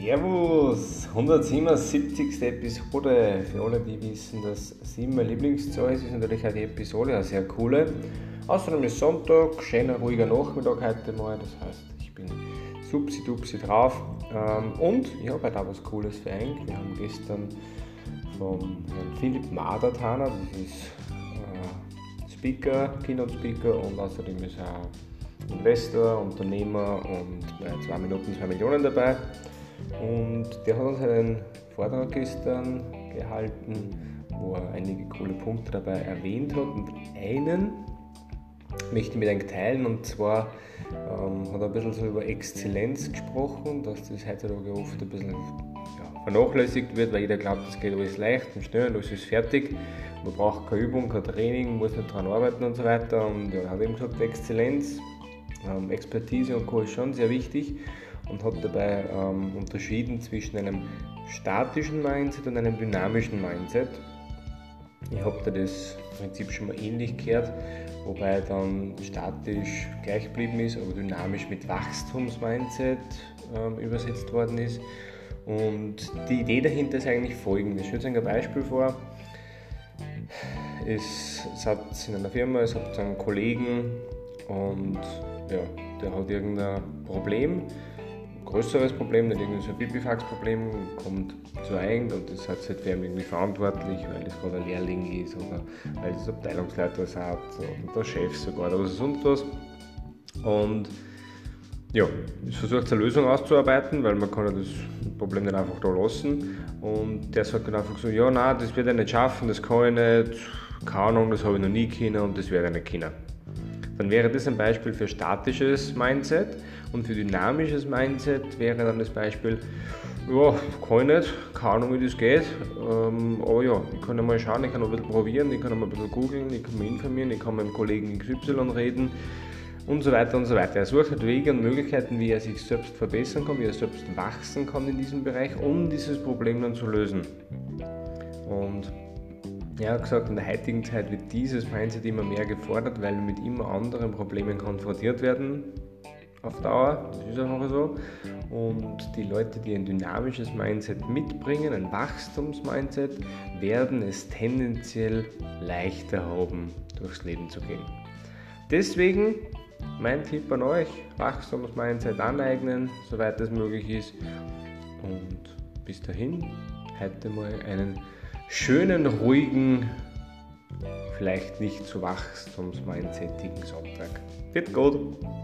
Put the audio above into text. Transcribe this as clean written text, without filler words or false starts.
Servus, 177. Episode. Für alle, die wissen, dass 7 meine Lieblingszahl ist natürlich auch die Episode eine sehr coole. Außerdem ist Sonntag, schöner, ruhiger Nachmittag heute mal. Das heißt, ich bin supsi-dupsi drauf. Und ich habe heute auch was Cooles für euch. Wir haben gestern vom Herrn Philipp Madertaner, das ist Speaker, Keynote-Speaker und außerdem ist er auch Investor, Unternehmer und bei 2 Minuten 2 Millionen dabei. Und der hat uns einen Vortrag gestern gehalten, wo er einige coole Punkte dabei erwähnt hat. Und einen möchte ich mit euch teilen, und zwar hat er ein bisschen so über Exzellenz gesprochen, dass das heutzutage oft ein bisschen vernachlässigt wird, weil jeder glaubt, das geht alles leicht und schnell und alles ist fertig. Man braucht keine Übung, kein Training, muss nicht daran arbeiten und so weiter. Und er hat eben gesagt, Exzellenz, Expertise und Co. ist schon sehr wichtig und hat dabei unterschieden zwischen einem statischen Mindset und einem dynamischen Mindset. Ich habe da das Prinzip schon mal ähnlich gehört, wobei dann statisch gleich geblieben ist, aber dynamisch mit Wachstumsmindset übersetzt worden ist. Und die Idee dahinter ist eigentlich folgende. Ich stelle euch ein Beispiel vor. Es hat in einer Firma, es hat einen Kollegen und der hat irgendein Problem, ein größeres Problem, nicht irgendein so ein Pipifax-Problem, kommt zu einem und das hat halt für ihn irgendwie verantwortlich, weil das gerade ein Lehrling ist oder weil das Abteilungsleiter sagt oder der Chef sogar oder sonst was. Und es versucht eine Lösung auszuarbeiten, weil man kann ja das Problem nicht einfach da lassen. Und der sagt dann einfach so, das wird er nicht schaffen, das kann ich nicht, keine Ahnung, das habe ich noch nie können und das werde ich nicht können. Dann wäre das ein Beispiel für statisches Mindset, und für dynamisches Mindset wäre dann das Beispiel, kann ich nicht, keine Ahnung, wie das geht, aber ich kann mal schauen, ich kann ein bisschen probieren, ich kann mal ein bisschen googeln, ich kann mich informieren, ich kann mit dem Kollegen XY reden und so weiter und so weiter. Er sucht halt Wege und Möglichkeiten, wie er sich selbst verbessern kann, wie er selbst wachsen kann in diesem Bereich, um dieses Problem dann zu lösen. Und er hat gesagt, in der heutigen Zeit wird dieses Mindset immer mehr gefordert, weil wir mit immer anderen Problemen konfrontiert werden auf Dauer, das ist einfach so. Und die Leute, die ein dynamisches Mindset mitbringen, ein Wachstumsmindset, werden es tendenziell leichter haben, durchs Leben zu gehen. Deswegen mein Tipp an euch, Wachstumsmindset aneignen, soweit es möglich ist. Und bis dahin, heute mal einen schönen, ruhigen, vielleicht nicht so wachstumsmindsetigen Sonntag. Wird gut!